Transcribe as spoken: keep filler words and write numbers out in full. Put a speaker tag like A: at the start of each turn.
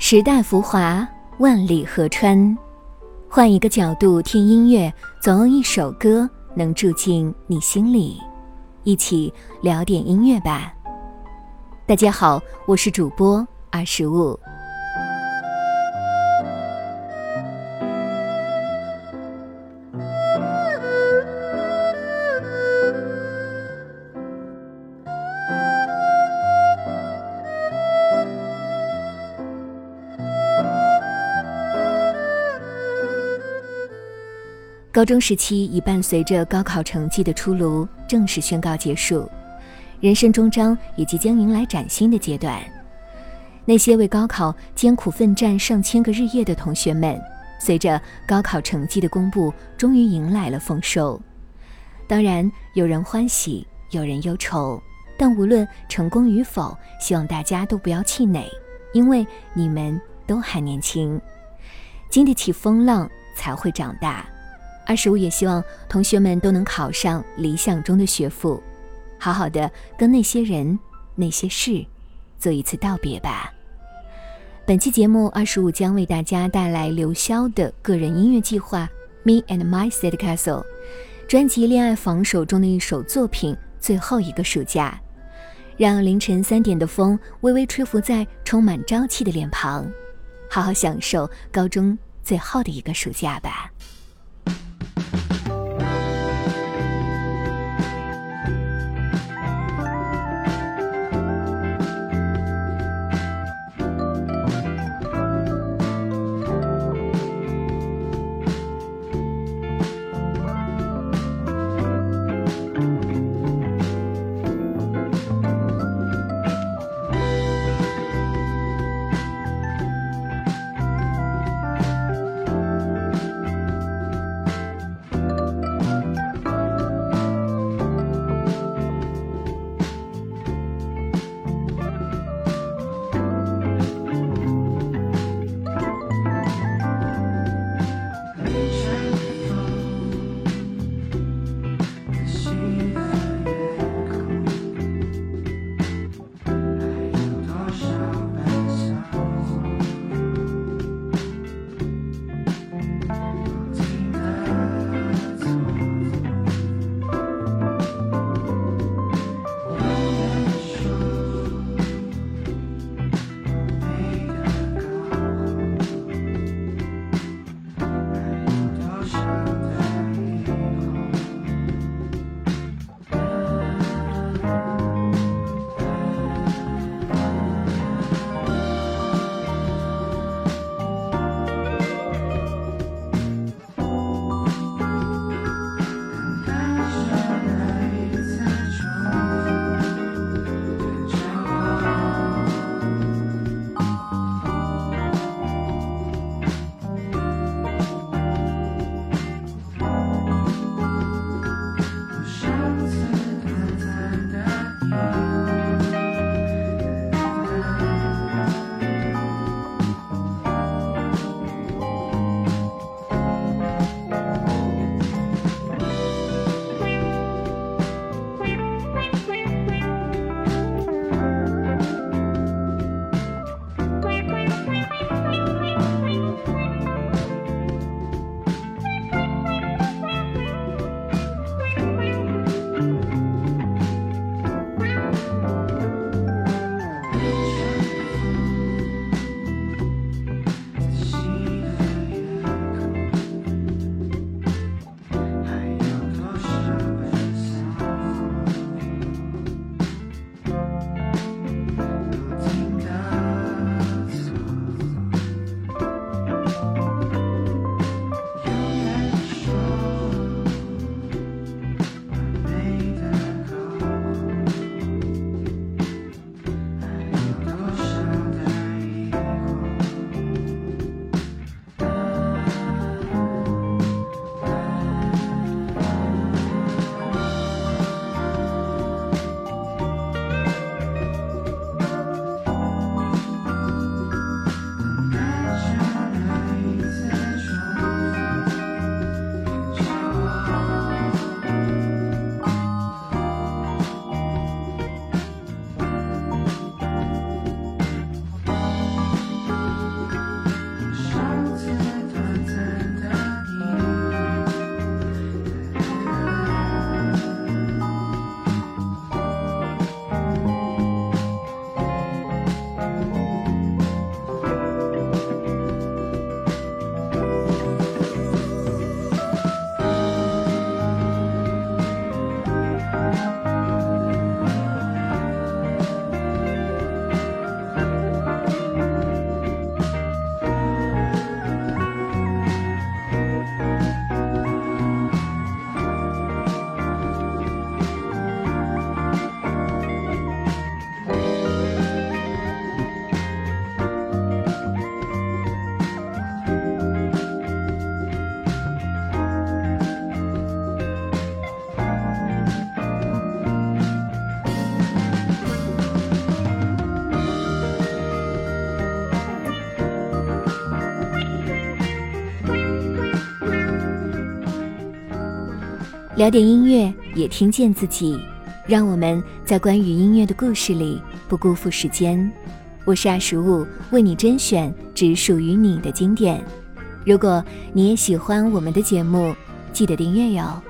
A: 时代浮华，万里河川，换一个角度听音乐，总有一首歌能住进你心里。一起聊点音乐吧。大家好，我是主播二十五。高中时期已伴随着高考成绩的出炉正式宣告结束，人生终章也即将迎来崭新的阶段。那些为高考艰苦奋战上千个日夜的同学们，随着高考成绩的公布，终于迎来了丰收。当然，有人欢喜，有人忧愁，但无论成功与否，希望大家都不要气馁，因为你们都还年轻，经得起风浪才会长大。二十五也希望同学们都能考上理想中的学府，好好的跟那些人那些事做一次道别吧。本期节目二十五将为大家带来刘潇的个人音乐计划 Me and My Sandcastle 专辑恋爱防守中的一首作品最后一个暑假，让凌晨三点的风微微吹拂在充满朝气的脸庞，好好享受高中最后的一个暑假吧。 聊点音乐，也听见自己，让我们在关于音乐的故事里不辜负时间。我是二十五，为你甄选只属于你的经典。如果你也喜欢我们的节目，记得订阅哟。